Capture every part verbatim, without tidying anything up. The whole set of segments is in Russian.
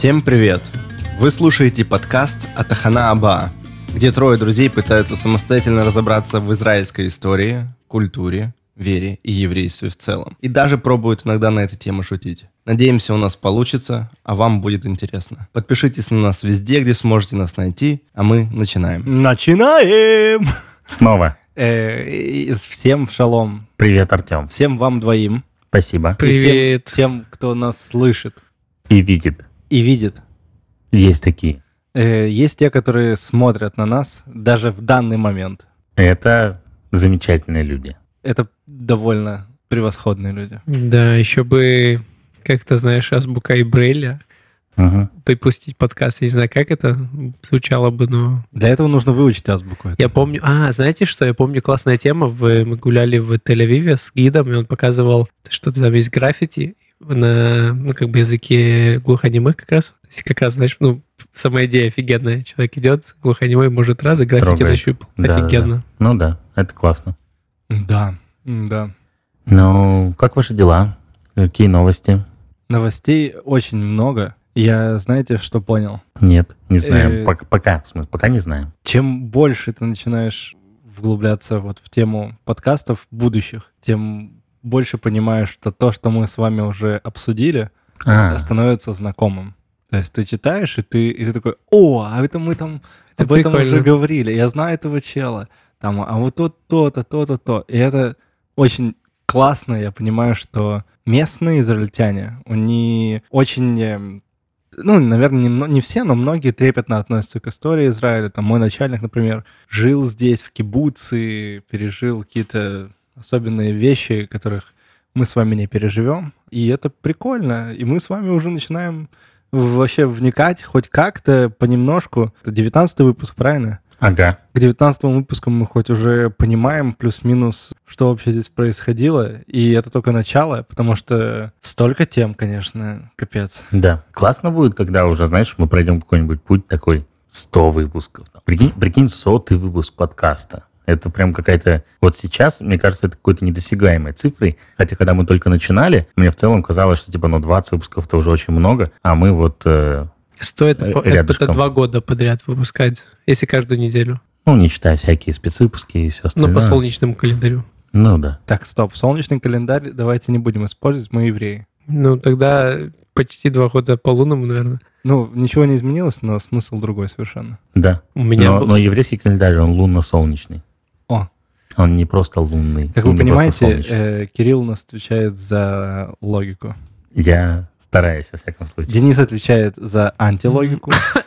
Всем привет! Вы слушаете подкаст «Атахана Аба», где трое друзей пытаются самостоятельно разобраться в израильской истории, культуре, вере и еврействе в целом. И даже пробуют иногда на эту тему шутить. Надеемся, у нас получится, а вам будет интересно. Подпишитесь на нас везде, где сможете нас найти, а мы начинаем. Начинаем! Снова. Э, Всем шалом. Привет, Артем. Всем вам двоим. Спасибо. Привет. И всем тем, кто нас слышит. И видит. И видит. Есть такие. Э, Есть те, которые смотрят на нас даже в данный момент. Это замечательные люди. Это довольно превосходные люди. Да, еще бы, как ты знаешь, азбука и Брейля. Угу. Выпустить подкаст, я не знаю, как это звучало бы, но... Для этого нужно выучить азбуку. Я помню... А, знаете что? Я помню классная тема. Вы, мы гуляли в Тель-Авиве с гидом, и он показывал, что там есть граффити на, ну, как бы языке глухонемых как раз. То есть как раз, знаешь, ну, сама идея офигенная. Человек идет, глухонемой может раз, и граффити Трогает. нащупал. Да, Офигенно. да. Ну да, это классно. Да, да. Ну, как ваши дела? Какие новости? Новостей очень много. Я, знаете, что понял? Нет, не знаем. Э, Пока, пока, в смысле, пока не знаем. Чем больше ты начинаешь вглубляться вот в тему подкастов будущих, тем больше понимаешь, что то, что мы с вами уже обсудили, А, становится знакомым. То есть ты читаешь, и ты, и ты такой: о, а это мы там Это об этом прикольно. уже говорили, я знаю этого чела. Там, а вот то, то-то, то-то, то. И это очень классно, я понимаю, что местные израильтяне, они очень... э, ну, наверное, не, мно- не все, но многие трепетно относятся к истории Израиля. Там мой начальник, например, жил здесь, в кибуце, пережил какие-то особенные вещи, которых мы с вами не переживем. И это прикольно. И мы с вами уже начинаем вообще вникать хоть как-то, понемножку. Это девятнадцатый выпуск, правильно? ага. К девятнадцатому выпуску мы хоть уже понимаем плюс-минус, что вообще здесь происходило. И это только начало, потому что столько тем, конечно, капец. Да. Классно будет, когда уже, знаешь, мы пройдем какой-нибудь путь такой сто выпусков. Прикинь, прикинь, сотый выпуск подкаста. Это прям какая-то... Вот сейчас, мне кажется, это какой-то недосягаемой цифрой. Хотя, когда мы только начинали, мне в целом казалось, что типа, ну, двадцать выпусков это уже очень много. А мы вот, э, Стоит Э, по- рядышком. это два года подряд выпускать, если каждую неделю. ну, не считая всякие спецвыпуски и все Ну, остальное. по солнечному календарю. Ну, да. Так, стоп, солнечный календарь давайте не будем использовать, мы евреи. Ну, тогда почти два года по лунному, наверное. Ну, ничего не изменилось, но смысл другой совершенно. Да. У меня но, был- но еврейский календарь, он лунно-солнечный. О, Он не просто лунный. как и вы не просто понимаете, солнечный. э, Кирилл у нас отвечает за логику. Я стараюсь, во всяком случае. Денис отвечает за антилогику.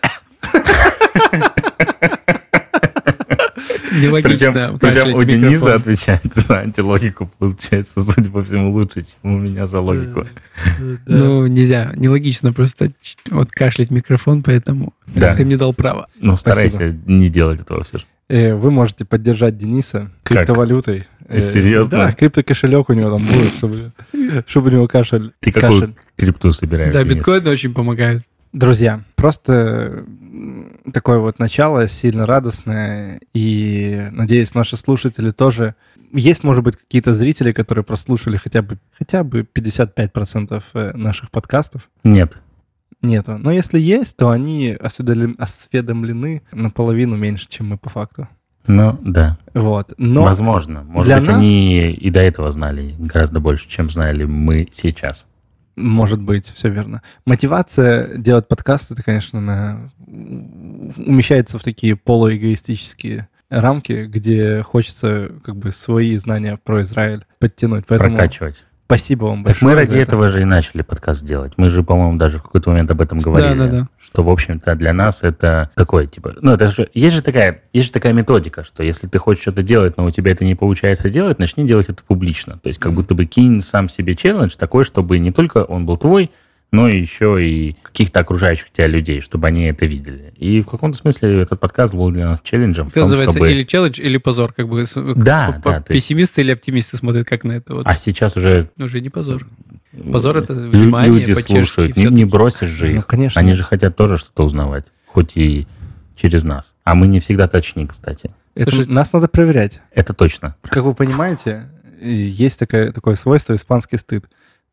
Нелогично. Причем, кашлять причем у в Дениса микрофон. отвечает за антилогику, получается, судя по всему, лучше, чем у меня за логику. Ну, нельзя. Нелогично просто ч- вот кашлять в микрофон, поэтому Да. ты мне дал право. Но старайся не делать этого все же. Э, Вы можете поддержать Дениса Как? криптовалютой. Э, Серьезно? Да, криптокошелек у него там будет, чтобы, чтобы у него кашель. Ты кашель. какую крипту собираешь, Да, Денис? биткоины очень помогают. Друзья, просто м, такое вот начало сильно радостное, и, надеюсь, наши слушатели тоже... Есть, может быть, какие-то зрители, которые прослушали хотя бы, хотя бы пятьдесят пять процентов э, наших подкастов. Нет. Нету. Но если есть, то они осведолем- осведомлены наполовину меньше, чем мы по факту. Ну, да. Вот. Но Возможно. Может для быть, нас- они и до этого знали гораздо больше, чем знали мы сейчас. может быть, все верно. Мотивация делать подкаст, это, конечно, на- умещается в такие полуэгоистические рамки, где хочется как бы свои знания про Израиль подтянуть. Поэтому Прокачивать. спасибо вам Так большое. мы за ради это. этого же и начали подкаст делать. Мы же, по-моему, даже в какой-то момент об этом говорили. Да, да, да. Что, в общем-то, для нас это такое, типа... Ну, это же... Есть же такая, есть же такая методика, что если ты хочешь что-то делать, но у тебя это не получается делать, начни делать это публично. То есть как будто бы кинь сам себе челлендж такой, чтобы не только он был твой, но и еще и каких-то окружающих тебя людей, чтобы они это видели. И в каком-то смысле этот подкаст был для нас челленджем. в Это том, называется чтобы- или челлендж, или позор. Как бы с- Да, по- да, то есть- пессимисты или оптимисты смотрят как на это. Вот. А сейчас уже Уже не позор. Позор — это лю- внимание, люди поддержки, слушают. Не, всё-таки. не бросишь же Ну, их. конечно. Они же хотят тоже что-то узнавать. Хоть и через нас. А мы не всегда точны, кстати. Это Слушай, нас надо проверять. Это точно. Как вы понимаете, и есть такое, такое свойство — испанский стыд.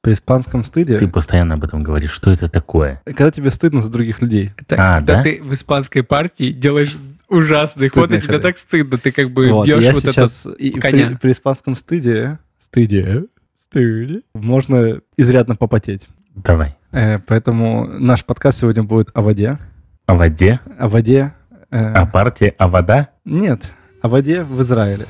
При испанском стыде, Ты постоянно об этом говоришь. Что это такое? когда тебе стыдно за других людей. Это А, когда да? ты в испанской партии делаешь ужасный ход, и Стыдный тебе ход. так стыдно. Ты как бы Вот, бьешь я вот сейчас этот и при, коня. при испанском стыде, стыде, стыде, можно изрядно попотеть. Давай. Э, поэтому наш подкаст сегодня будет о воде. О воде? О воде. э, О партии? О вода? Нет, о воде в Израиле.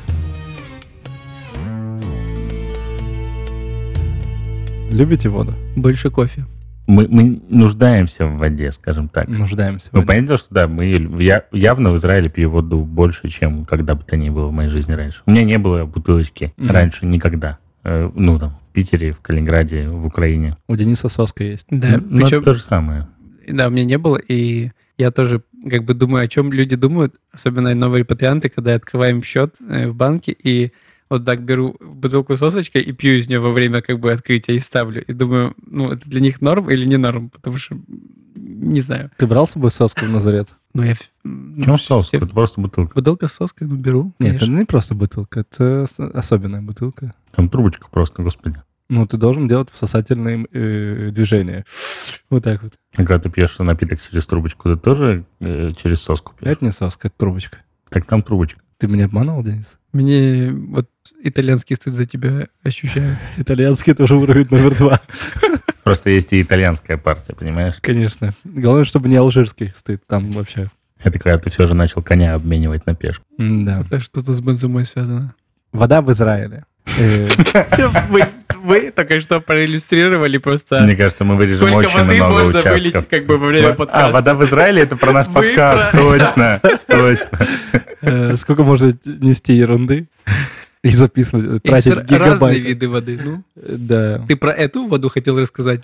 Любите воду? Больше кофе. Мы, мы нуждаемся в воде, скажем так. Нуждаемся в Ну, воде. понятно, что да, мы её- я явно в Израиле пью воду больше, чем когда бы то ни было в моей жизни раньше. У меня не было бутылочки Мгм. раньше никогда. Э, Ну, там, в Питере, в Калининграде, в Украине. У Дениса соска есть. Да, Ну, причем, это то же самое. да, у меня не было, и я тоже как бы думаю, о чем люди думают, особенно новые репатрианты, когда открываем счет э, в банке, и вот так беру бутылку сосочкой и пью из нее во время как бы открытия и ставлю. И думаю, ну, это для них норм или не норм, потому что не знаю. Ты брал с собой соску в Назарет? Но я... В чем соус? Это просто бутылка. Бутылка с соской, ну, беру, Нет, это конечно. не просто бутылка, это с- особенная бутылка. Там трубочка просто, господи. Ну, ты должен делать всосательные э, движения. Вот так вот. А когда ты пьешь напиток через трубочку, ты тоже э, через соску пьешь? Это не соска, это трубочка. Так там трубочка. Ты меня обманул, Денис? Мне вот итальянский стыд за тебя ощущаю. Итальянский тоже уровень номер два. Просто есть и итальянская партия, понимаешь? Конечно. Главное, чтобы не алжирский стыд там вообще. Это когда ты все же начал коня обменивать на пешку. Да. Это что-то с Бензумой связано. Вода в Израиле. Э, Вы, вы только что проиллюстрировали просто... Мне кажется, мы вырежем Сколько очень воды много можно участков. вылить как бы во время Во- подкаста. А, вода в Израиле — это про наш Вы подкаст. про- Точно, точно. э, Сколько можно нести ерунды и записывать, Есть тратить разные гигабайты. виды воды. Ну, Э, Да. ты про эту воду хотел рассказать?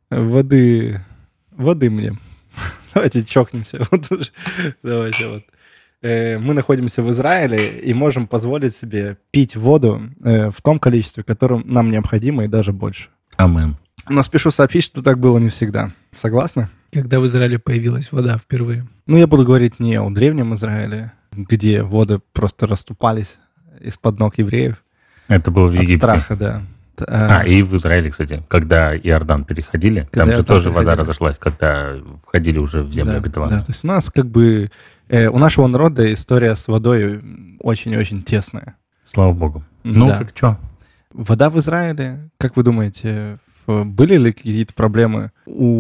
Воды. Воды мне. Давайте чокнемся. Вот уж. Давайте вот. Э, Мы находимся в Израиле и можем позволить себе пить воду э, в том количестве, которым нам необходимо, и даже больше. Амен. Но спешу сообщить, что так было не всегда. Согласны? Когда в Израиле появилась вода впервые? Ну, я буду говорить не о древнем Израиле, где воды просто расступались из-под ног евреев. Это было в От Египте. страха, да. Т- А, и в Израиле, кстати, когда Иордан переходили, Когда там же Иордан тоже вода переходили. разошлась, когда входили уже в землю Да, обетованную. да. То есть у нас как бы... э, у нашего народа история с водой очень-очень тесная. Слава богу. Ну, Да. как что? Вода в Израиле, как вы думаете, в- были ли какие-то проблемы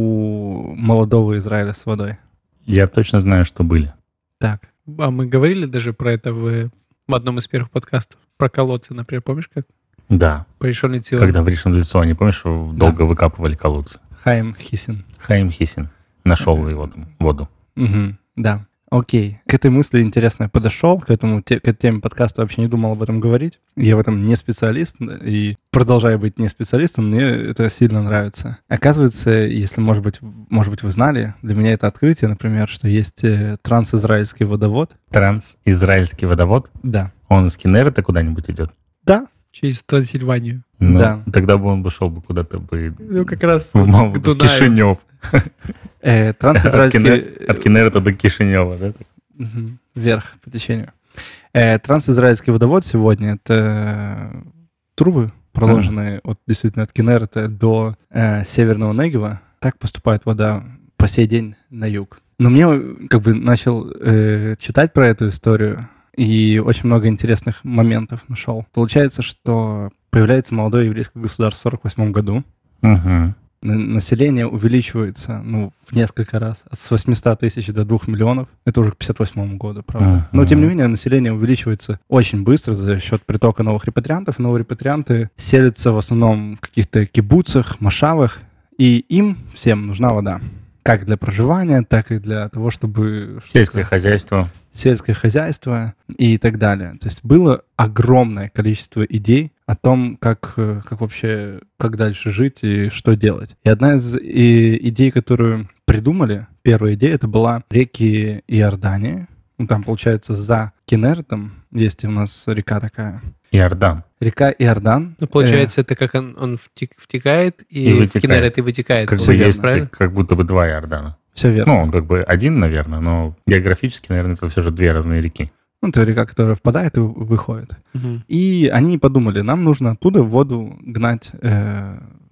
у молодого Израиля с водой? Я точно знаю, что были. Так. А мы говорили даже про это в, в одном из первых подкастов. Про колодцы, например, помнишь как? Да. Про решенный Цион. Когда в Ришон лицо, не помнишь, долго выкапывали колодцы? Хайм Хисин. Хаим Хисин нашел его там, воду. Мгм, да. Окей. К этой мысли интересно я подошел, к этому те- к этой теме подкаста вообще не думал об этом говорить. Я в этом не специалист, и продолжаю быть не специалистом, мне это сильно нравится. Оказывается, если, может быть, в- может быть, вы знали, для меня это открытие, например, что есть э, трансизраильский водовод. Трансизраильский водовод, Да. он из Кинерета куда-нибудь идет? Да. Через Трансильванию. Ну, Да. тогда бы он бы шел бы куда-то бы Ну, как раз в, Мал- к в Дунаю. Кишинев. Э, От, трансизраильский... Кине- от Кинерета до Кишинева, да? Мгм. Вверх по течению. Э, трансизраильский водовод сегодня — это трубы, проложенные от, действительно от Кинерета до э, Северного Негева. Так поступает вода по сей день на юг. Но мне э, как бы начал э, читать про эту историю, и очень много интересных моментов нашел. Получается, что появляется молодое еврейское государство в сорок восьмом году. Угу. На- Население увеличивается, ну, в несколько раз, от с восьмисот тысяч до двух миллионов. Это уже к пятьдесят восьмому году, правда. Ага. Но, тем не менее, население увеличивается очень быстро за счет притока новых репатриантов. Новые репатрианты селятся в основном в каких-то кибуцах, машавах, и им всем нужна вода. Как для проживания, так и для того, чтобы... Сельское хозяйство. сельское хозяйство и так далее. То есть было огромное количество идей о том, как, э, как вообще, как дальше жить и что делать. И одна из и- идей, которую придумали, первая идея, это была реки Иордании. Ну, там, получается, за Кинеретом есть у нас река такая. Иордан. Река Иордан. Ну, получается, это как он, он втек- втекает и, И в вытекает. Кинерет и вытекает. Как бы Получается, есть правильно? как будто бы два Иордана. Все верно. Ну, он как бы один, наверное, но географически, наверное, это все же две разные реки. Ну, это река, которая впадает и выходит. Мгм. И они подумали, нам нужно оттуда воду гнать э,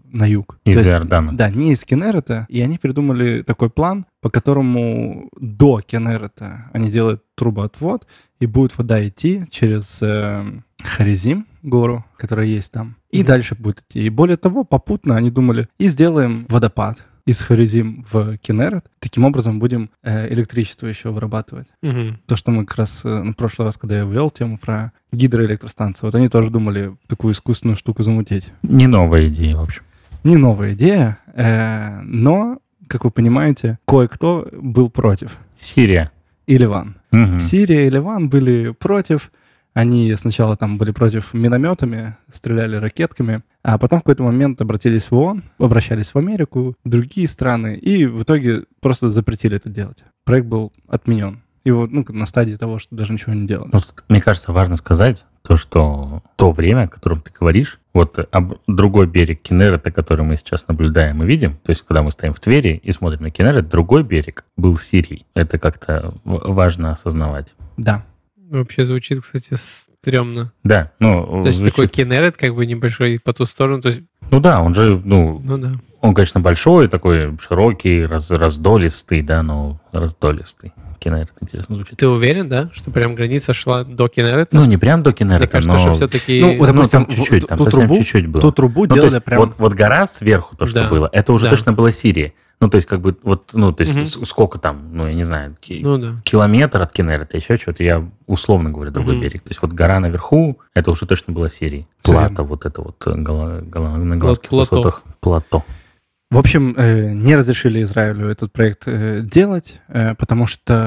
на юг. Из То есть, Иордана. Да, не из Кеннерета. И они придумали такой план, по которому до Кеннерета они делают трубоотвод, и будет вода идти через э, Харизим, гору, которая есть там, и Мгм. дальше будет идти. И более того, попутно они думали, и сделаем водопад из Харизим в Кеннерет. Таким образом будем э, электричество еще вырабатывать. Мгм. То, что мы как раз э, на прошлый раз, когда я ввел тему про гидроэлектростанцию, вот они тоже думали такую искусственную штуку замутить. Не новая идея, в общем. Не новая идея, э, но, как вы понимаете, кое-кто был против. Сирия. И Ливан. Мгм. Сирия и Ливан были против. Они сначала там были против минометами, стреляли ракетками, а потом в какой-то момент обратились в ООН, обращались в Америку, в другие страны, и в итоге просто запретили это делать. Проект был отменен. И вот ну, на стадии того, что даже ничего не делали. Ну, тут, мне кажется, важно сказать то, что то время, о котором ты говоришь, вот об другой берег Кеннерета, который мы сейчас наблюдаем и видим, то есть когда мы стоим в Твери и смотрим на Кеннерет, другой берег был Сирией. Это как-то в- важно осознавать. Да. Вообще звучит, кстати, стрёмно. Да, ну, То есть звучит- такой Кеннерет, как бы небольшой по ту сторону. То есть, ну да, он же, ну, ну да. он, конечно, большой, такой широкий, раз, раздолистый, да, но раздолистый. Кеннерет интересно звучит. Ты уверен, да, что прям граница шла до Кеннерета? Ну, не прям до Кеннерета, Мне кажется, но... что все-таки... Ну, вот, допустим, там чуть-чуть, там ту совсем трубу- чуть-чуть было. Ту трубу Ну, то делали есть прям... вот, вот гора сверху, то, что Да. было, это уже Да. точно была Сирия. Ну, то есть, как бы, вот, ну, то есть, Мгм. с- сколько там, ну, я не знаю, ки- Ну да. километр от Кеннерета, еще что-то, я условно говорю, другой Мгм. берег. То есть, вот гора наверху, это уже точно была Сирия. Всё Плато, верно. вот это вот, э, гола- гола- на голландских Плато. высотах, плато. В общем, э, не разрешили Израилю этот проект э, делать, э, потому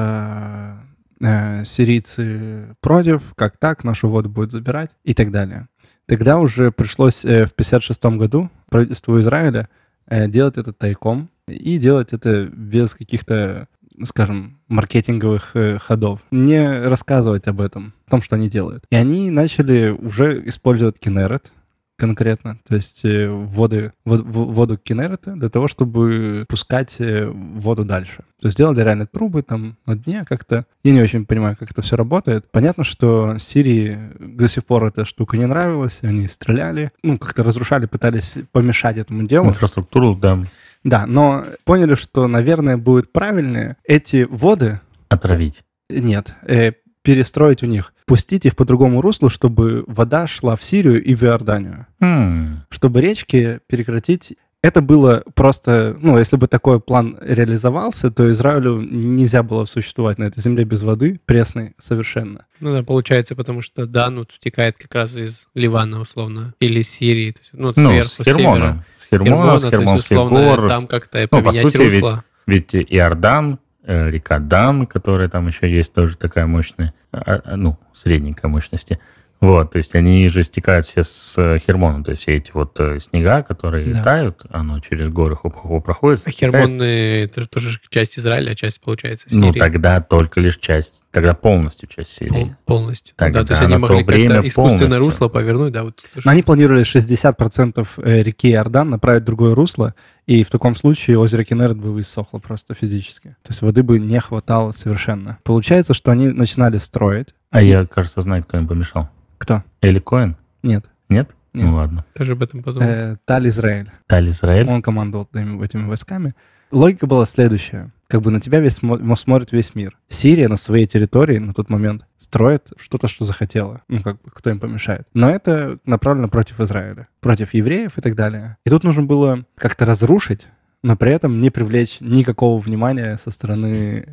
что э, сирийцы против, как так, нашу воду будет забирать и так далее. Тогда уже пришлось э, в пятьдесят шестом году правительству Израиля э, делать это тайком и делать это без каких-то, скажем, маркетинговых э, ходов. Не рассказывать об этом, о том, что они делают. И они начали уже использовать Кеннерет, конкретно, то есть э, воды, вод- в- воду Кеннерета для того, чтобы пускать э, воду дальше. То есть сделали реально трубы там на дне как-то. Я не очень понимаю, как это все работает. Понятно, что Сирии до сих пор эта штука не нравилась, они стреляли, ну, как-то разрушали, пытались помешать этому делу. Инфраструктуру, да, Да, но поняли, что, наверное, будет правильнее эти воды, отравить. нет, э, перестроить у них, пустить их по другому руслу, чтобы вода шла в Сирию и в Иорданию. М, Чтобы речки прекратить. Это было просто, ну, если бы такой план реализовался, то Израилю нельзя было существовать на этой земле без воды, пресной совершенно. Ну да, получается, потому что Дан вот втекает как раз из Ливана, условно, или из Сирии. То есть, ну, Ну, сверху, с с севера. Хермона. С Хермона, Хермона, с то есть, Хермонских условно, гор. там как-то Ну, по поменять сути, ведь- русло. Ведь Иордан, э, река Дан, которая там еще есть, тоже такая мощная, а, а, ну, средненькой мощности. Вот, то есть они же стекают все с э, Хермона, то есть все эти вот э, снега, которые Да. тают, оно через горы хоп-хоп проходит. А стекает. Хермон э, это тоже ж часть Израиля, а часть, получается, Сирии. Ну, тогда только лишь часть, тогда полностью часть Сирии. Пол- полностью. Тогда да, то есть они на то могли время как-то искусственное полностью. русло повернуть, да, вот тоже. Но они планировали шестьдесят процентов э, реки Иордан направить в другое русло, и в таком случае озеро Кеннерет бы высохло просто физически. То есть воды бы не хватало совершенно. Получается, что они начинали строить. А я, кажется, знаю, кто им помешал. Кто? Эли Коэн? Нет. Нет? Нет. Ну ладно. Тоже об этом подумал. Э, Таль Израиль. Таль Израиль? Он командовал этими, этими войсками. Логика была следующая. Как бы на тебя весь смо- смотрит весь мир. Сирия на своей территории на тот момент строит что-то, что захотела. Ну, как бы, кто им помешает. Но это направлено против Израиля, против евреев и так далее. И тут нужно было как-то разрушить, но при этом не привлечь никакого внимания со стороны...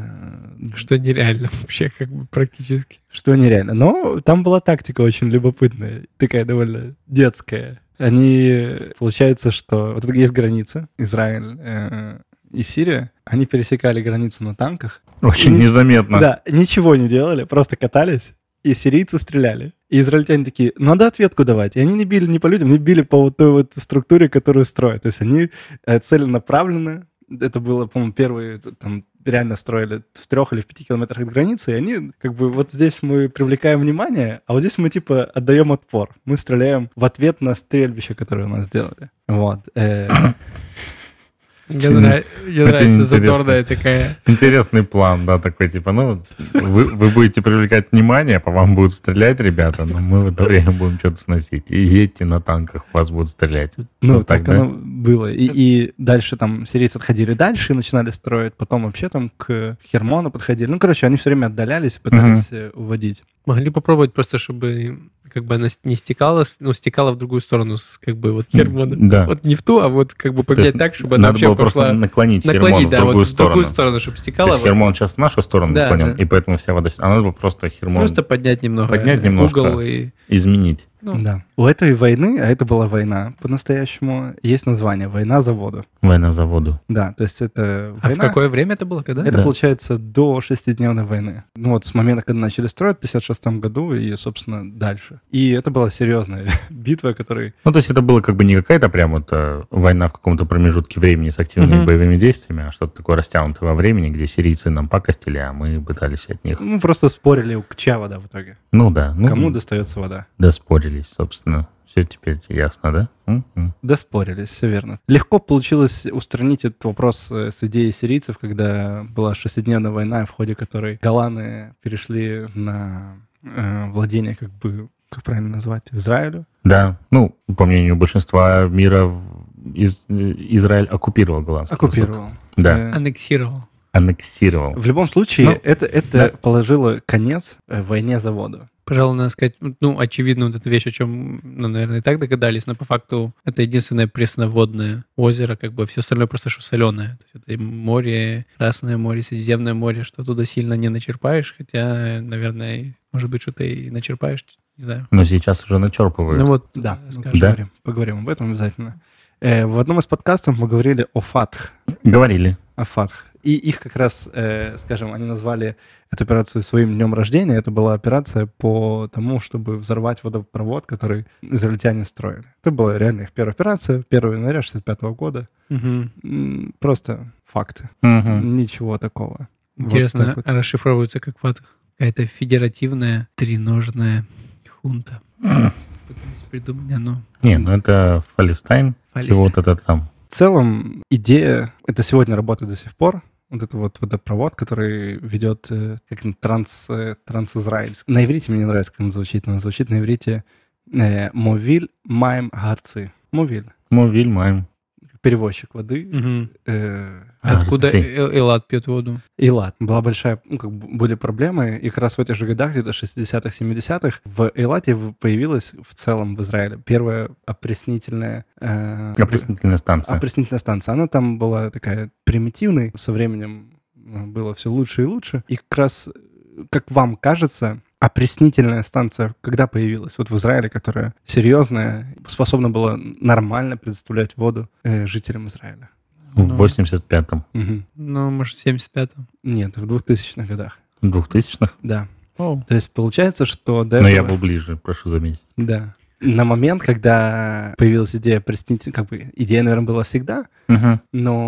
э, Что нереально вообще, как бы практически. что нереально. Но там была тактика очень любопытная, такая довольно детская. Они, получается, что вот есть граница, Израиль э, и Сирия, они пересекали границу на танках. Очень И- незаметно. Да, ничего не делали, просто катались, и сирийцы стреляли. И израильтяне такие, надо ответку давать. И они не били не по людям, они били по вот той вот структуре, которую строят. То есть они э, целенаправленно, это было, по-моему, первые, там, реально строили в трех или в пяти километрах от границы, и они, как бы, вот здесь мы привлекаем внимание, а вот здесь мы, типа, отдаем отпор. Мы стреляем в ответ на стрельбище, которое у нас сделали. Вот. э. Мне нрав- мне Очень нравится интересно. задорная такая. Интересный план, да, такой, типа, ну, вы, вы будете привлекать внимание, по вам будут стрелять ребята, но мы в это время будем что-то сносить. И едьте на танках, вас будут стрелять. Ну, Вот так, так, да? оно было. И, и дальше там сирийцы отходили дальше и начинали строить. Потом вообще там к Хермону подходили. Ну, короче, они все время отдалялись и пытались э, уводить. Могли попробовать просто, чтобы как бы она с- не стекала, с- ну, стекала в другую сторону, с, как бы вот Хермона. Да. Вот не в ту, а вот как бы То поменять есть так, чтобы она надо вообще было пошла... просто наклонить, наклонить, Хермону да, в другую вот в другую сторону. сторону, чтобы То стекала. есть вот. Хермон сейчас в нашу сторону Да, наклонен, да. и поэтому вся вода... А надо было просто Хермон Просто поднять немного Поднять немножко. угол и... изменить. Ну, Да. У этой войны, а это была война по-настоящему, есть название «Война за воду». Война за воду. Да, то есть это А в война... какое время это было? Когда? Это Да. получается до шестидневной войны. Ну вот с момента, когда начали строить в пятьдесят шестом году и, собственно, дальше. И это была серьезная битва, которая... Ну, то есть это было как бы не какая-то прям вот э, война в каком-то промежутке времени с активными Мгм. боевыми действиями, а что-то такое растянутое во времени, где сирийцы нам пакостили, а мы пытались от них... Ну, просто спорили, чья вода в итоге. Ну да, ну, Кому достается вода. доспорились, собственно. Все теперь ясно, да? М-м. Доспорились, все верно. Легко получилось устранить этот вопрос э, с идеей сирийцев, когда была шестидневная война, в ходе которой голланы перешли на э, владение, как бы, как правильно назвать, Израилю. Да, ну, по мнению большинства мира, в- из- Израиль оккупировал Голландский высот. Оккупировал. Да. Э, Аннексировал. Аннексировал. В любом случае, Ну, это, это да. положило конец э, войне за воду. Пожалуй, надо сказать, ну, очевидно, вот эта вещь, о чем, ну, наверное, и так догадались, но по факту это единственное пресноводное озеро, как бы все остальное просто что соленое. То есть это и море, Красное море, Средиземное море, что туда сильно не начерпаешь, хотя, наверное, может быть, что-то и начерпаешь, не знаю. Но сейчас уже начерпывают. Ну вот, Да, скажем. Да. поговорим, поговорим об этом обязательно. Э, в одном из подкастов мы говорили о Фатх. Говорили. О Фатх. И их как раз, э, скажем, они назвали эту операцию своим днем рождения. Это была операция по тому, чтобы взорвать водопровод, который израильтяне строили. Это была реально их первая операция, первого января шестьдесят пятого года. Мгм. М, Просто факты. Мгм. Ничего такого. Вот Интересно, так вот. расшифровывается как фатх. Какая-то федеративная треножная хунта. Пытаюсь придумать, оно. Не, ну это Палестайн, Палестайн. чего-то там. В целом, идея, это сегодня работает до сих пор, вот это вот водопровод, который ведет э, как транс, э, трансизраильский. На иврите мне не нравится, как он звучит, но он звучит на иврите э, «Мовиль майм гарцы». Мовиль. Мовиль, Майм. Перевозчик воды. Мгм. Э, Откуда Арцы. Эл- Элат пьет воду? Эйлат. Была большая, ну, как бы были проблемы, и как раз в этих же годах, где-то шестидесятых, семидесятых, в Эйлате в- появилась в целом в Израиле первая опреснительная... э, Опреснительная станция. опреснительная станция. Она там была такая примитивной, со временем э, было все лучше и лучше. И как раз, э, как вам кажется, опреснительная станция когда появилась? Вот в Израиле, которая серьезная, способна была нормально предоставлять воду э, жителям Израиля. В восемьдесят пятом. Мгм. Ну, может, в семьдесят пятом. Нет, в двухтысячных годах. В двухтысячных. Да. О, То есть получается, что до Но этого... я был ближе, прошу заметить. Да. На момент, когда появилась идея опреснительной, как бы идея, наверное, была всегда, Мгм.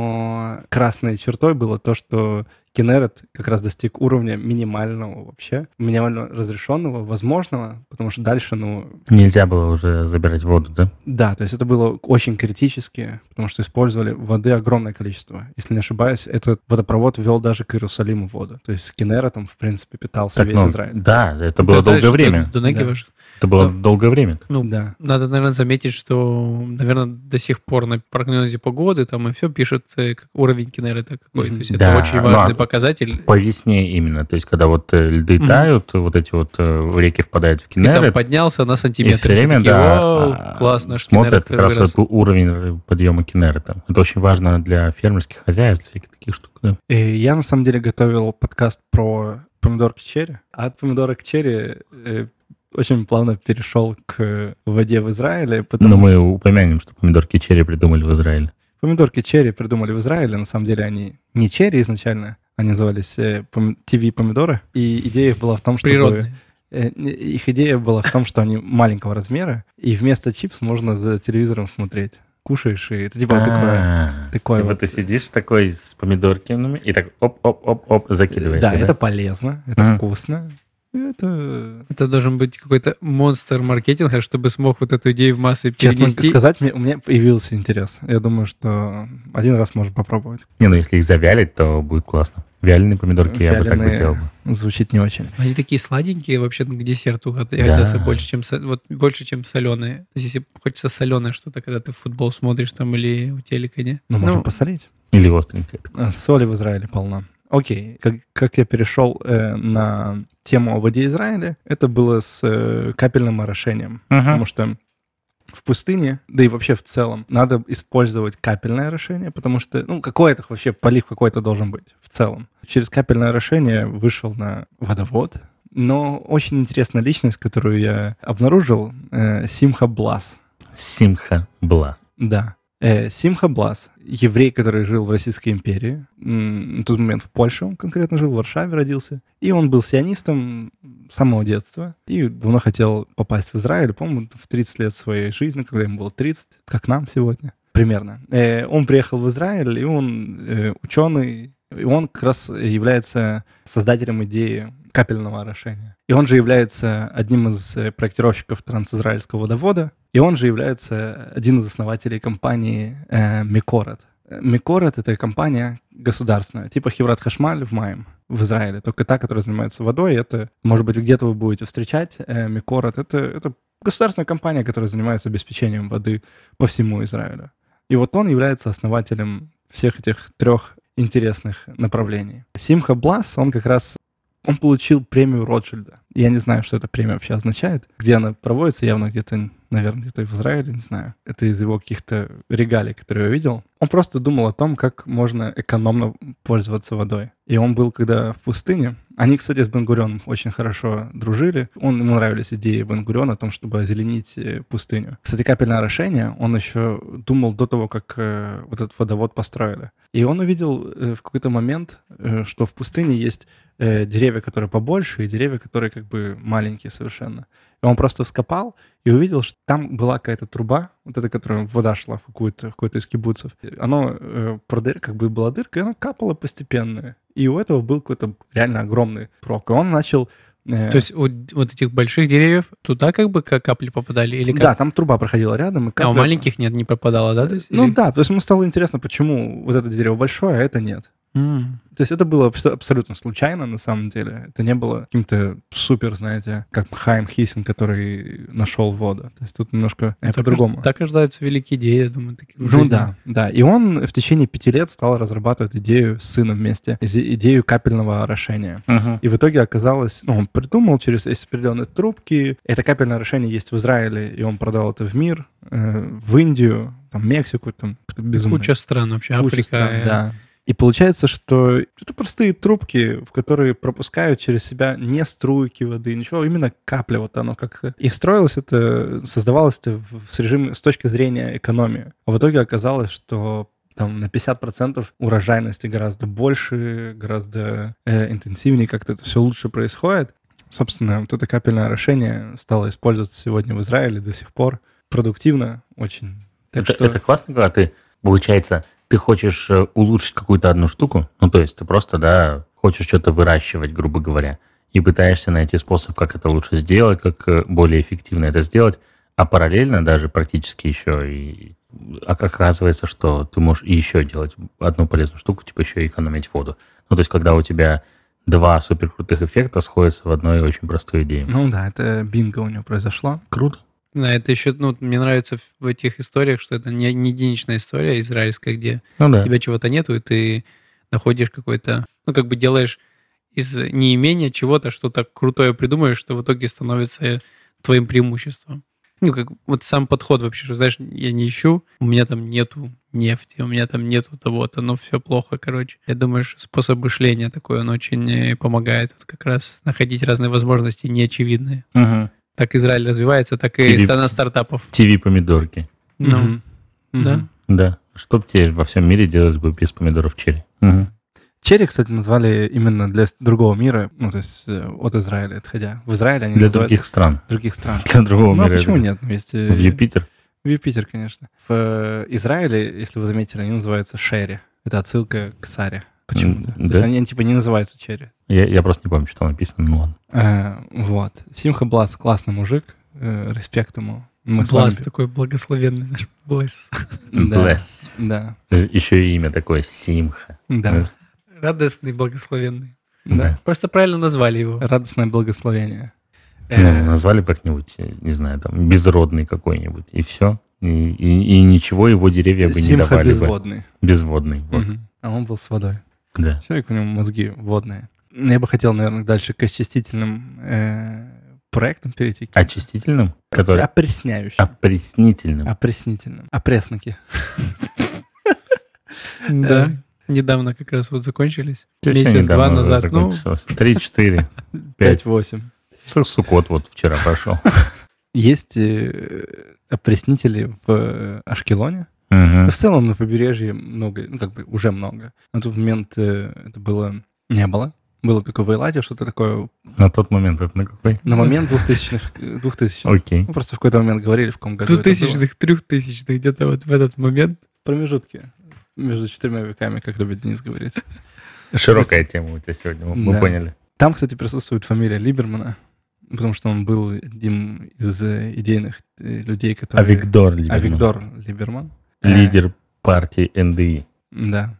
но красной чертой было то, что Кенерет как раз достиг уровня минимального вообще, минимально разрешенного, возможного, потому что дальше, ну, Нельзя было уже забирать воду, да? да, то есть это было очень критически, потому что использовали воды огромное количество. Если не ошибаюсь, этот водопровод вел даже к Иерусалиму воду. То есть с Кенеретом, в принципе, питался Так, весь ну, Израиль. да, это было дальше долгое время. До, до Негева Да. же. Это было Ну, долгое время. Ну, Да. надо, наверное, заметить, что, наверное, до сих пор на прогнозе погоды там и все пишет э, как уровень Кенерета какой. Мгм. То есть Да, это очень ну, важный а показатель. По весне именно. То есть, когда вот э, льды Мгм. тают, вот эти вот э, реки впадают в И там Кенерет, поднялся на и сантиметр. все время, такие, да, «Вау, а, классно, что смотрят Кенерет как раз вырос». этот уровень подъема Кенерета. Это очень важно для фермерских хозяйств, для всяких таких штук, да. И я, на самом деле, готовил подкаст про помидорки черри, а от помидорок черри э, очень плавно перешел к воде в Израиле, потому Но мы упомянем, что помидорки черри придумали в Израиле. помидорки черри придумали в Израиле, на самом деле они не черри изначально, они назывались э, пом- ти ви-помидоры, и идея их была в том, чтобы... Природный. э, не- Их идея была в том, что они маленького размера, и вместо чипс можно за телевизором смотреть. Кушаешь, и это типа вот такое... А, такое типа вот. ты сидишь такой с помидорками и так оп-оп-оп-оп закидываешь. Да, да? это полезно, это Мгм. вкусно, Это... Это должен быть какой-то монстр маркетинга, чтобы смог вот эту идею в массы Честно перенести. сказать, мне- у меня появился интерес. Я думаю, что один раз можно попробовать. Не, ну если их завялить, то будет классно. Вяленые помидорки я бы так бы Вяленые делал бы. звучит не очень. Они такие сладенькие вообще к десерту год- Да. годятся больше, чем, со- вот, больше, чем соленые. То есть если хочется соленое что-то, когда ты футбол смотришь там или у телека, не? Ну, можно посолить. Или остренькое. А, Соли в Израиле полно. Окей, как, как я перешел э, на тему о воде Израиля, это было с э, капельным орошением. Потому что в пустыне, да и вообще в целом, надо использовать капельное орошение, потому что, ну, какой-то вообще полив какой-то должен быть в целом. Через капельное орошение вышел на водовод, но очень интересная личность, которую я обнаружил, э, Симха Блас. Симха Блас. Да. Э, Симха Блас, еврей, который жил в Российской империи, м, на тот момент в Польше он конкретно жил, в Варшаве родился, и он был сионистом с самого детства, и давно хотел попасть в Израиль, по-моему, в тридцать лет своей жизни, когда ему было тридцать, как нам сегодня, примерно. Э, он приехал в Израиль, и он э, ученый, и он как раз является создателем идеи капельного орошения. И он же является одним из э, проектировщиков трансизраильского водовода, и он же является один из основателей компании э, Микорот. Микорот — это компания государственная, типа Хеврат Хашмаль в Майм в Израиле, только та, которая занимается водой. Это, может быть, где-то вы будете встречать э, Микорот. Это, это государственная компания, которая занимается обеспечением воды по всему Израилю. И вот он является основателем всех этих трех интересных направлений. Симха Блас, он как раз он получил премию Ротшильда. Я не знаю, что эта премия вообще означает. Где она проводится, явно где-то, наверное, где-то в Израиле, не знаю. Это из его каких-то регалий, которые я видел. Он просто думал о том, как можно экономно пользоваться водой. И он был, когда в пустыне. Они, кстати, с Бен-Гурионом очень хорошо дружили. Он, ему нравились идеи Бен-Гуриона о том, чтобы озеленить э, пустыню. Кстати, капельное орошение он еще думал до того, как э, вот этот водовод построили. И он увидел э, в какой-то момент, э, что в пустыне есть э, деревья, которые побольше, и деревья, которые как бы маленькие совершенно. И он просто вскопал и увидел, что там была какая-то труба, вот эта, которая вода шла в какую-то, в какой-то из кибуцев. Оно э, продыр, как бы была дырка, и оно капало постепенно. И у этого был какой-то реально огромный прок. И он начал... э, То есть у вот этих больших деревьев туда как бы как капли попадали или как? Да, там труба проходила рядом. И А у капля- маленьких нет, не попадало, да? То есть, Ну или- да, то есть ему стало интересно, почему вот это дерево большое, а это нет. М. То есть это было абс- абсолютно случайно, на самом деле. Это не было каким-то супер, знаете, как Хайм Хисин, который нашел воду. То есть тут немножко э, Так по-другому. рож- Так рождаются великие идеи, я думаю, такие в Ну жизни. да, да. И он в течение пяти лет стал разрабатывать идею с сыном вместе, изе- идею капельного орошения. И в итоге оказалось, ну, он придумал через есть определенные трубки. Это капельное орошение есть в Израиле, и он продал это в мир, э, в Индию, там, Мексику, там, какое-то безумное. Куча стран вообще, Куча Африка. стран, э, да. И получается, что это простые трубки, в которые пропускают через себя не струйки воды, ничего, а именно капля вот оно как-то. И строилось это, создавалось это в- с режиме, с точки зрения экономии. А в итоге оказалось, что там на пятьдесят процентов урожайности гораздо больше, гораздо э, интенсивнее, как-то это все лучше происходит. Собственно, вот это капельное орошение стало использоваться сегодня в Израиле до сих пор продуктивно очень. Так это, что... это классно, когда ты, получается, ты хочешь э, улучшить какую-то одну штуку, ну, то есть ты просто, да, хочешь что-то выращивать, грубо говоря, и пытаешься найти способ, как это лучше сделать, как э, более эффективно это сделать, а параллельно даже практически еще и а оказывается, что ты можешь и еще делать одну полезную штуку, типа еще и экономить воду. Ну, то есть когда у тебя два суперкрутых эффекта сходятся в одной очень простой идее. Ну да, это бинго у него произошло. Круто. Да, это еще, ну, мне нравится в- в этих историях, что это не, не единичная история израильская, где Ну у да. тебя чего-то нету, и ты находишь какой-то, ну, как бы делаешь из неимения чего-то, что-то крутое придумаешь, что в итоге становится твоим преимуществом. Ну, как вот сам подход вообще, что, знаешь, я не ищу, у меня там нету нефти, у меня там нету того-то, ну, все плохо, короче. Я думаю, что способ мышления такой, он очень э, помогает вот как раз находить разные возможности неочевидные. Угу. Так Израиль развивается, так и Ти ви страна стартапов. ТВ-помидорки. Ну, Мгм. да. Мгм. Да. Что бы тебе во всем мире делать бы без помидоров черри? Угу. Черри, кстати, назвали именно для с- другого мира, ну, то есть э, от Израиля отходя. В Израиле они Для называют других стран. других стран. Для другого Ну, а мира. почему это- нет? Ну, есть, э, В Юпитер? В Юпитер, конечно. В э, Израиле, если вы заметили, они называются шерри. Это отсылка к Саре. Почему-то. Да? То есть они типа не называются черри. Я, я просто не помню, что там написано, ну ладно. Э, вот. Симха Блас классный мужик, э, респект ему. Мы с Блас вами- такой благословенный наш Блэс. Да, Bless. да, Еще и имя такое Симха. да, Радостный, благословенный. да. Просто правильно назвали его. Радостное благословение. Ну, Э, назвали как-нибудь, не знаю, там, безродный какой-нибудь, и все. И, и- и ничего его деревья бы не Симха давали бы. безводный. Безводный, вот, Мгм. А он был с водой. да. Человек, у него мозги водные. Я бы хотел, наверное, дальше к очистительным э, проектам перейти. Очистительным, который Опресняющим. опреснительным. Опреснительным. Опресноки. Да. Недавно как раз вот закончились. Всё недавно Месяц-два уже назад. Ну, закончилось. Три-четыре. Пять. пять-восемь. Суккот вот вчера прошел. Есть э, опреснители в э, Ашкелоне. Мгм. Да в целом на побережье много, ну как бы уже много. На тот момент э, это было... Не было. Было только в Эйлате, что-то такое. На тот момент это на какой? На момент двухтысячных. э, двухтысячных. Окей. Ну, просто в какой-то момент говорили, в каком году это было. двухтысячных, трехтысячных, где-то вот в этот момент. Промежутки между четырьмя веками, как любит Денис говорить. Широкая тема у тебя сегодня, мы мы Да. поняли. Там, кстати, присутствует фамилия Либермана, потому что он был одним из э, идейных э, людей, которые... Авигдор Либерман. Авигдор Либерман. Э, Лидер партии эн дэ и. Да.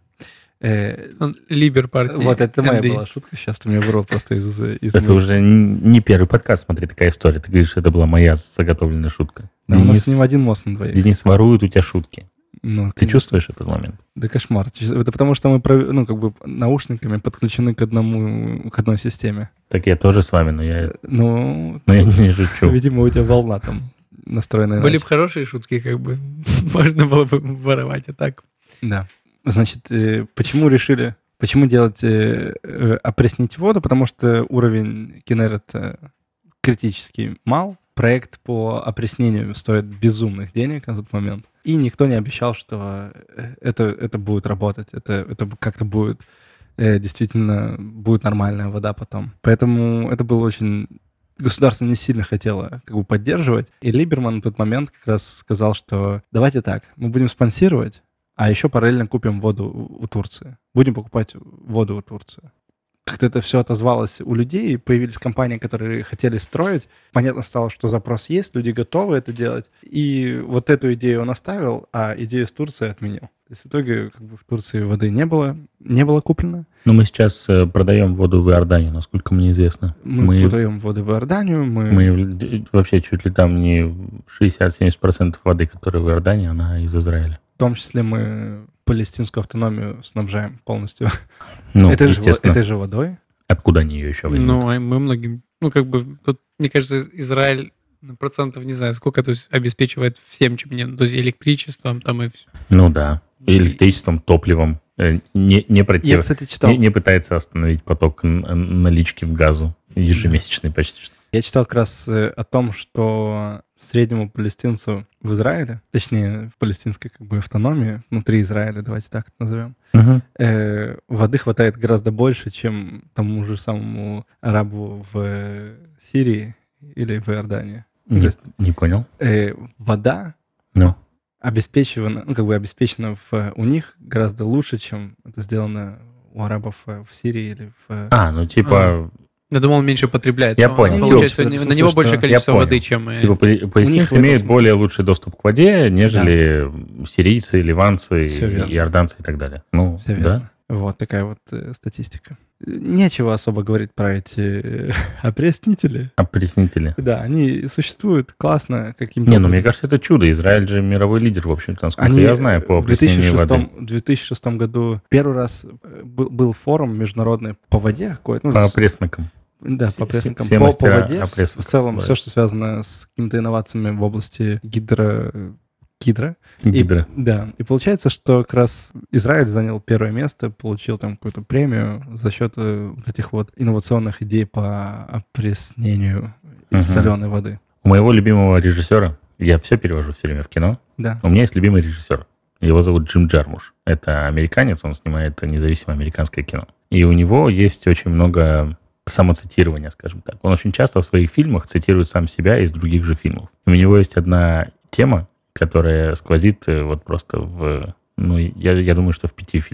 Э, Он либер партии. Вот, это моя эн дэ и. была шутка. Сейчас ты меня вырвал просто из... из Это моих- уже н- не первый подкаст, смотри, такая история. Ты говоришь, это была моя заготовленная шутка. Да, у нас Денис, с ним один мост на двоих. Денис ворует у тебя шутки. Ну, Ты конечно. чувствуешь этот момент? Да кошмар. Это потому что мы, пров- ну, как бы наушниками подключены к одному, к одной системе. Так я тоже с вами, но я, Ну, но я не шучу. видимо, у тебя волна там настроена Были иначе. бы хорошие шутки, как бы. Можно было бы воровать, а так. Да. Значит, э, почему решили, почему делать, э, э, опреснить воду? Потому что уровень Кинерета критически мал. Проект по опреснению стоит безумных денег на тот момент. И никто не обещал, что э, это, это будет работать. Это, это как-то будет э, действительно будет нормальная вода потом. Поэтому это было очень... Государство не сильно хотело как бы поддерживать. И Либерман на тот момент как раз сказал, что давайте так, мы будем спонсировать, а еще параллельно купим воду у у Турции. Будем покупать воду у Турции. Как-то это все отозвалось у людей, появились компании, которые хотели строить. Понятно стало, что запрос есть, люди готовы это делать. И вот эту идею он оставил, а идею с Турцией отменил. То есть в итоге как бы в Турции воды не было, не было куплено. Но мы сейчас э, продаем воду в Иорданию, насколько мне известно. Мы, Мы, продаем воду в Иорданию, мы... мы в- вообще чуть ли там не шестьдесят-семьдесят процентов воды, которая в Иордании, она из Израиля. В том числе мы палестинскую автономию снабжаем полностью. Ну, этой, же, во- естественно. этой же водой. Откуда они ее еще возьмут? Ну, а мы многим... Ну, как бы, тут, мне кажется, Израиль на процентов, не знаю, сколько, то есть обеспечивает всем, чем мне, то есть электричеством там и все. Ну да. Электричеством, топливом. Э, Не, не, Я, против... кстати, читал, не, не пытается остановить поток н- налички в газу. Ежемесячный почти что. я читал как раз э, о том, что среднему палестинцу в Израиле, точнее, в палестинской как бы автономии, внутри Израиля, давайте так это назовем, Мгм. э, воды хватает гораздо больше, чем тому же самому арабу в э, Сирии или в Иордании. То Не, есть не понял. э, вода Ну, обеспечена, ну, как бы обеспечена в, у них гораздо лучше, чем это сделано у арабов э, в Сирии или в... э, а, ну типа, Я думал, он меньше потребляет. Я но понял. Получается, Типа, на в на него смысле, больше что- количество Я понял. воды, чем... и- типа пали- палестинцы в этом имеют смысле. более лучший доступ к воде, нежели сирийцы, ливанцы, Всё верно. иорданцы и так далее. Ну, Всё да. верно. Вот такая вот э, статистика. Нечего особо говорить про эти э, опреснители. Опреснители. Да, они существуют классно каким-то Не, ну мне образом. кажется, это чудо. Израиль же мировой лидер, в общем-то, насколько Они я знаю, по в две тысячи опреснению воды. шестом, в две тысячи шестом году первый раз э, был, был форум международный по воде какой-то. Ну, По с- опреснокам. Да, Все- по прессникам. все По, по мастера воде, в- опресноков в целом, бывают. все, что связано с какими-то инновациями в области гидро... гидро. Гидро. И, да, и получается, что как раз Израиль занял первое место, получил там какую-то премию за счет э, вот этих вот инновационных идей по опреснению Мгм. соленой воды. У моего любимого режиссера, я все перевожу все время в кино, Да. у меня есть любимый режиссер. Его зовут Джим Джармуш. Это американец, он снимает независимое американское кино. И у него есть очень много самоцитирования, скажем так. Он очень часто в своих фильмах цитирует сам себя из других же фильмов. И у него есть одна тема, которая сквозит э, вот просто в... Ну, я, я думаю, что в пяти фильмах.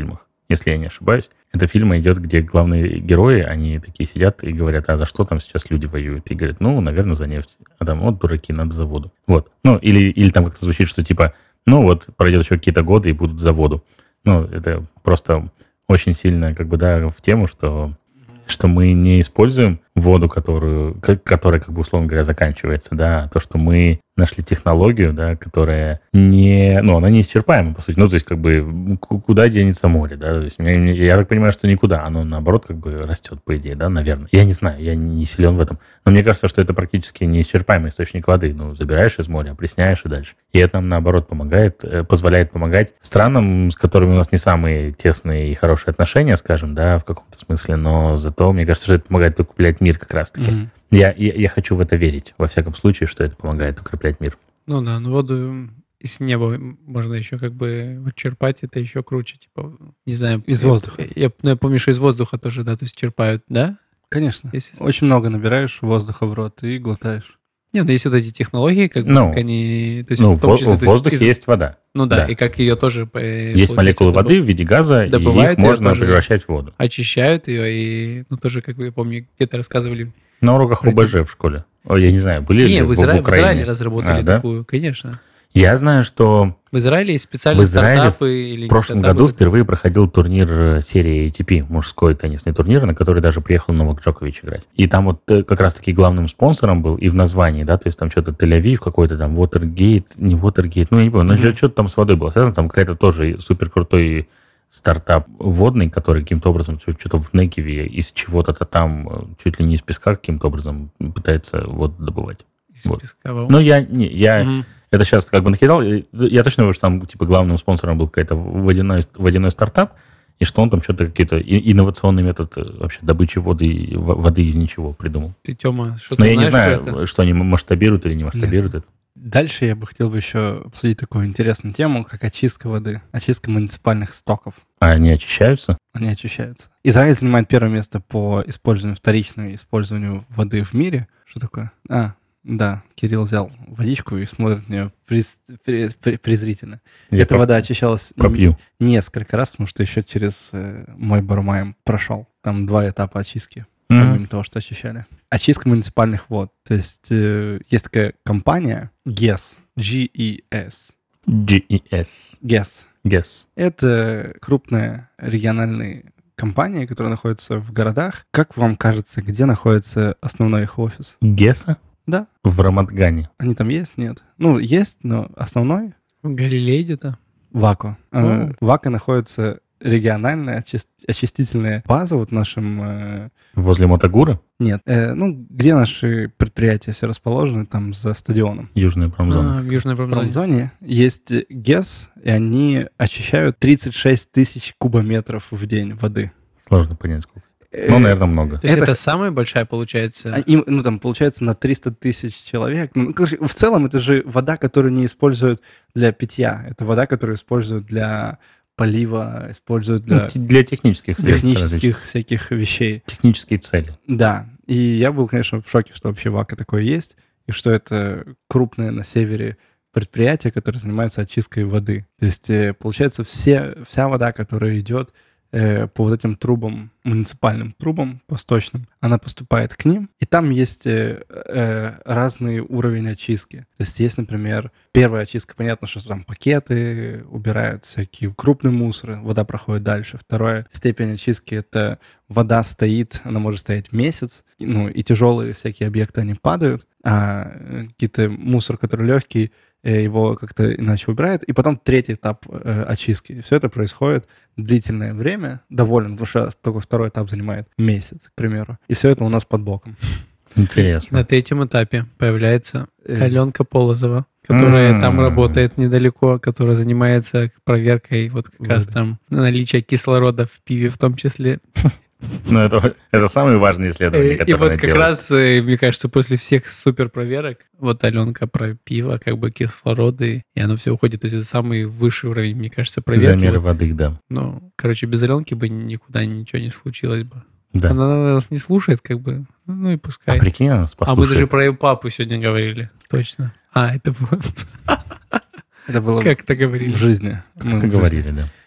если я не ошибаюсь. Это фильм идет, где главные герои, они такие сидят и говорят, а за что там сейчас люди воюют? И говорят, ну, наверное, за нефть. А там, вот дураки, надо за воду. Вот. Ну, или, или там как-то звучит, что типа, ну, вот пройдет еще какие-то годы и будут за воду. Ну, это просто очень сильно, как бы, да, в тему, что, что мы не используем воду, которую, которая, как бы, условно говоря, заканчивается, да, а то, что мы нашли технологию, да, которая не... Ну, она неисчерпаема, по сути. Ну, то есть, как бы, куда денется море, да? То есть, я, я так понимаю, что никуда. Оно, наоборот, как бы растет, по идее, да, наверное. Я не знаю, я не силен в этом. Но мне кажется, что это практически неисчерпаемый источник воды. Ну, забираешь из моря, опресняешь и дальше. И это нам, наоборот, помогает, позволяет помогать странам, с которыми у нас не самые тесные и хорошие отношения, скажем, да, в каком-то смысле. Но зато, мне кажется, что это помогает укреплять мир как раз-таки. Mm-hmm. Я, я, я хочу в это верить, во всяком случае, что это помогает укреплять мир. Ну да, ну воду из неба можно еще как бы черпать, это еще круче, типа, не знаю. Из я, воздуха. Я, я, ну, я помню, что из воздуха тоже, да, то есть черпают, да? Конечно. Очень много набираешь воздуха в рот и глотаешь. Нет, ну есть вот эти технологии, как бы, ну, как они... То есть, ну, в том числе, в воздухе есть, есть вода. Ну да, да, и как ее тоже... Есть молекулы добыв... воды в виде газа, и их можно превращать в воду. Очищают ее, и, ну, тоже, как вы, я помню, где-то рассказывали... На уроках О Б Ж в школе. О, я не знаю, были не, ли в, Изра... в, в Израиле разработали а, такую, да? Конечно. Я знаю, что... В Израиле есть специальные в Израиле стартапы... Или в прошлом стартапы, году впервые проходил турнир серии эй ти пи, мужской теннисный турнир, на который даже приехал Новак Джокович играть. И там вот как раз-таки главным спонсором был и в названии, да, то есть там что-то Тель-Авив какой-то там, Watergate, не Watergate, ну, я не помню, но mm-hmm. что-то там с водой было связано, там какая-то тоже супер крутой стартап водный, который каким-то образом что-то в Некиве из чего-то там, чуть ли не из песка каким-то образом пытается воду добывать. Из вот. песка? Ну, я... Не, я mm-hmm. Это сейчас как бы накидал. Я точно знаю, что там типа главным спонсором был какой-то водяной, водяной стартап, и что он там что-то какие-то инновационный метод вообще добычи воды, воды из ничего придумал. Ты, Тёма, что-то Но я не знаю, что они масштабируют или не масштабируют Нет. это. Дальше я бы хотел бы еще обсудить такую интересную тему, как очистка воды, очистка муниципальных стоков. А они очищаются? Они очищаются. Израиль занимает первое место по использованию, вторичному использованию воды в мире. Что такое? А, да, Кирилл взял водичку и смотрит на нее приз, при, при, презрительно. Я Эта поп... вода очищалась попью. несколько раз, потому что еще через э, мой бармайм прошел. Там два этапа очистки, mm-hmm. помимо того, что очищали. Очистка муниципальных вод. То есть э, есть такая компания ГЭС. джи и эс. джи и эс. ГЭС. ГЭС. Это крупная региональная компания, которая находится в городах. Как вам кажется, где находится основной их офис? ГЭСа? Да. В Рамат-Гане. Они там есть? Нет. Ну, есть, но основной? В Галилее где-то. В Аку. Oh. В Аку находится региональная очист... очистительная база вот в нашем... Э... Возле Мотогура? Нет. Э, ну, где наши предприятия все расположены, там за стадионом. Южная промзона. А, в Южной промзоне. промзоне есть ГЭС, и они очищают тридцать шесть тысяч кубометров в день воды. Сложно понять, сколько. Ну, наверное, много. То есть это, это самая большая, получается? Им, ну, там, получается, на триста тысяч человек. Ну, короче, в целом, это же вода, которую не используют для питья. Это вода, которую используют для полива, используют для... Ну, для технических средств. Технических всяких вещей. Технические цели. Да. И я был, конечно, в шоке, что вообще в Аке такое есть, и что это крупное на севере предприятие, которое занимается очисткой воды. То есть, получается, все, вся вода, которая идет по вот этим трубам, муниципальным трубам, восточным, она поступает к ним, и там есть э, э, разные уровни очистки. То есть есть, например, первая очистка, понятно, что там пакеты, убирают всякие крупный мусор, вода проходит дальше. Вторая степень очистки — это вода стоит, она может стоять месяц, ну, и тяжелые всякие объекты, они падают, а какие-то мусор, который легкий, его как-то иначе убирают. И потом третий этап э, очистки. И все это происходит длительное время, доволен, потому что только второй этап занимает месяц, к примеру. И все это у нас под боком. Интересно. На третьем этапе появляется Аленка Полозова, которая mm-hmm. там работает недалеко, которая занимается проверкой вот как mm-hmm. раз там наличия кислорода в пиве в том числе. Ну, это, это самые важные исследования, которые И вот как делают. раз, мне кажется, после всех суперпроверок, вот Аленка про пиво, как бы кислороды, и оно все уходит. То есть это самый высший уровень, мне кажется, проверки. Замеры воды, да. Ну, короче, без Аленки бы никуда ничего не случилось бы. Да. Она нас не слушает, как бы, ну и пускай. А прикинь, она нас послушает. А мы даже про ее папу сегодня говорили, точно. А, это было... Это было как-то говорили. В жизни. Как-то говорили, да.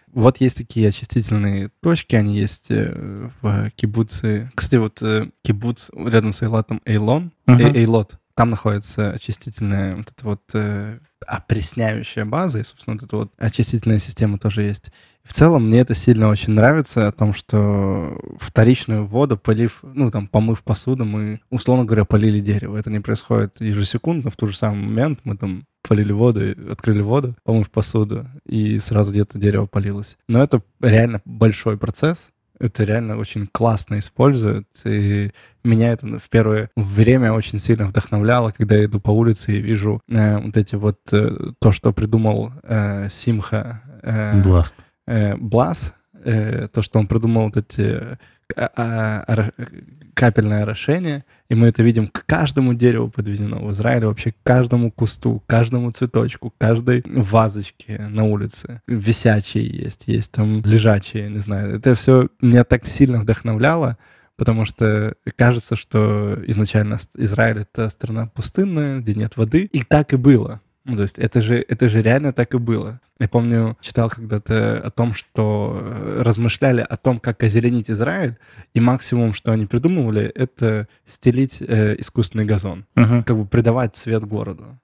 Вот есть такие очистительные точки, они есть э, в кибуце. Кстати, вот э, кибуц рядом с Эйлатом Эйлон, Мгм. э, Эйлот, там находится очистительная вот эта вот э, опресняющая база, и, собственно, вот эта вот очистительная система тоже есть. В целом, мне это сильно очень нравится, о том, что вторичную воду, полив, ну, там, помыв посуду, мы, условно говоря, полили дерево. Это не происходит ежесекундно, в тот же самый момент мы там полили воду, открыли воду, помыв посуду, и сразу где-то дерево полилось. Но это реально большой процесс, это реально очень классно используют, и меня это в первое время очень сильно вдохновляло, когда я иду по улице и вижу э, вот эти вот, э, то, что придумал э, Симха э, Blast. э, Блас, э, то, что он придумал вот эти э, а- ора- капельное орошение, и мы это видим к каждому дереву подведено в Израиле, вообще к каждому кусту, каждому цветочку, каждой вазочке на улице. Висячие есть, есть там лежачие, не знаю. Это все меня так сильно вдохновляло, потому что кажется, что изначально Израиль — это страна пустынная, где нет воды, и так и было. Ну, то есть это же, это же реально так и было. Я помню, читал когда-то о том, что э, размышляли о том, как озеленить Израиль, и максимум, что они придумывали, это стелить э, искусственный газон, Мгм. как бы придавать цвет городу.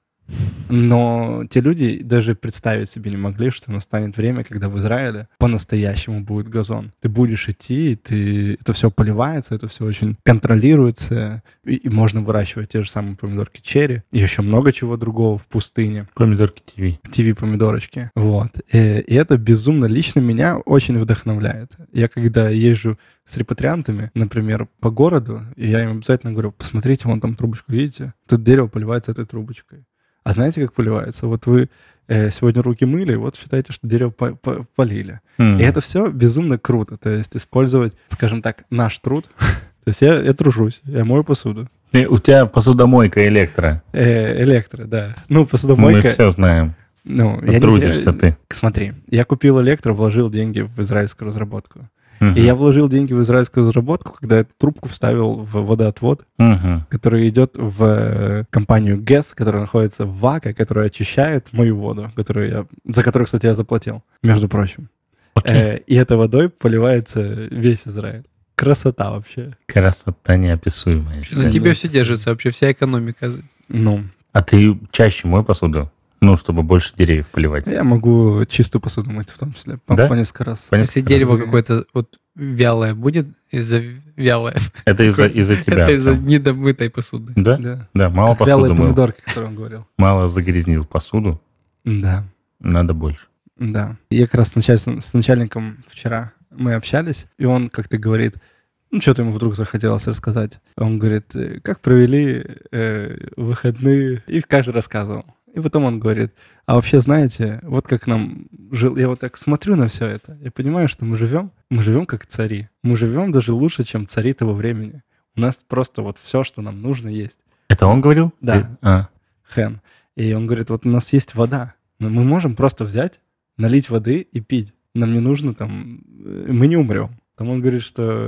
Но те люди даже представить себе не могли, что настанет время, когда в Израиле по-настоящему будет газон. Ты будешь идти, и ты... это все поливается, это все очень контролируется, и, и можно выращивать те же самые помидорки черри, и еще много чего другого в пустыне. Помидорки ТВ. ти ви-помидорочки. Вот. И, и это безумно лично меня очень вдохновляет. Я когда езжу с репатриантами, например, по городу, и я им обязательно говорю: посмотрите, вон там трубочку, видите? Тут дерево поливается этой трубочкой. А знаете, как поливается? Вот вы э, сегодня руки мыли, вот считайте, что дерево по- по- полили. М. И это все безумно круто. То есть использовать, скажем так, наш труд. То есть я, я тружусь, я мою посуду. Ты- у тебя посудомойка электро. Э, электро, да. Ну, Мы посудомойка... все знаем. Ну, я не Трудишься знаю. ты. Смотри, я купил электро, вложил деньги в израильскую разработку. Мгм. И я вложил деньги в израильскую разработку, когда эту трубку вставил в водоотвод, Мгм. который идет в э, компанию ГЭС, которая находится в Вака, которая очищает мою воду, которую я, за которую, кстати, я заплатил, между прочим. Окей. Э, и этой водой поливается весь Израиль. Красота вообще. Красота неописуемая. я На считаю. тебе да, все спасибо. держится, вообще вся экономика. Ну, А ты чаще мой посуду? Ну, чтобы больше деревьев поливать. я могу чистую посуду мыть в том числе, по, Да? по несколько раз. По Если несколько дерево раз. какое-то вот вялое будет, из-за вялое, Это из-за из-за тебя. это из-за Артем. недомытой посуды. Да? Да. Да, мало Как посуды вялые мыл. помидорки, о которых он говорил. Мало загрязнил посуду. Да. Надо больше. Да. Я как раз с, начальством- с начальником вчера мы общались, и он как-то говорит, ну, что-то ему вдруг захотелось рассказать. Он говорит: «Э, как провели э, выходные, и каждый рассказывал. И потом он говорит: а вообще, знаете, вот как нам жил... Я вот так смотрю на все это, я понимаю, что мы живем, мы живем как цари. Мы живем даже лучше, чем цари того времени. У нас просто вот все, что нам нужно, есть. Это он говорил? Да. Ты- А. Хэн. И он говорит: вот у нас есть вода, но мы можем просто взять, налить воды и пить. Нам не нужно там... э, Мы не умрем. Там он говорит, что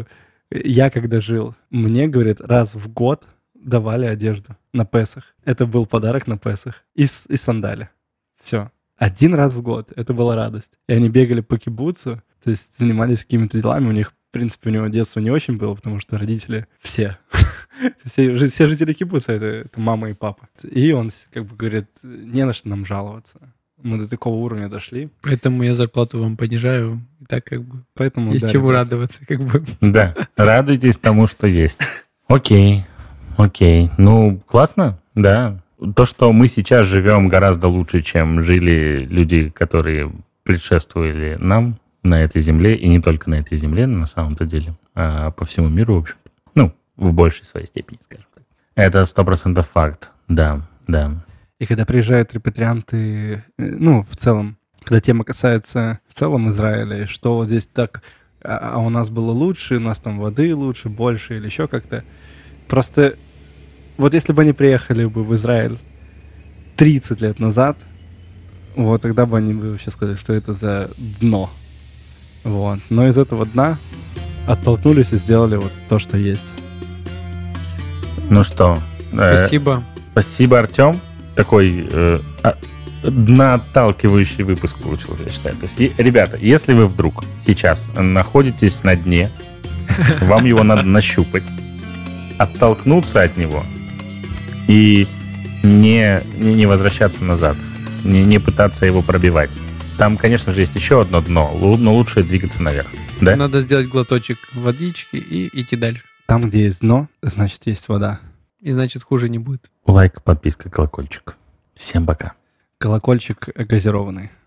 я когда жил, мне, говорит, раз в год давали одежду на Песах. Это был подарок на Песах. И, с- и сандали. Все. Один раз в год. Это была радость. И они бегали по кибуцу, то есть занимались какими-то делами. У них, в принципе, у него детство не очень было, потому что родители все. Все, жи- все жители кибуца это, это мама и папа. И он с- как бы говорит: не на что нам жаловаться. Мы до такого уровня дошли. Поэтому я зарплату вам понижаю. И так как бы Поэтому есть да, чему ребят. радоваться. Как бы. Да, радуйтесь тому, что есть. Окей, окей. Ну, классно, да. То, что мы сейчас живем гораздо лучше, чем жили люди, которые предшествовали нам на этой земле, и не только на этой земле, на самом-то деле, а по всему миру, в общем. Ну, в большей своей степени, скажем так. Это сто процентов факт, да, да. И когда приезжают репатрианты, э, ну, в целом, когда тема касается в целом Израиля, и что вот здесь так, а а у нас было лучше, у нас там воды лучше, больше или еще как-то. Просто вот если бы они приехали бы в Израиль тридцать лет назад, вот тогда бы они бы вообще сказали, что это за дно. Вот. Но из этого дна оттолкнулись и сделали вот то, что есть. Ну что, э, Спасибо. спасибо, Артем. Такой э, а, дноотталкивающий выпуск получился, я считаю. То есть, и, ребята, если вы вдруг сейчас находитесь на дне, вам его надо нащупать, оттолкнуться от него и не, не, не возвращаться назад, не, не пытаться его пробивать. Там, конечно же, есть еще одно дно, но лучше двигаться наверх. Да? Надо сделать глоточек водички и идти дальше. Там, где есть дно, значит, есть вода. И значит, хуже не будет. Лайк, подписка, колокольчик. Всем пока. Колокольчик газированный.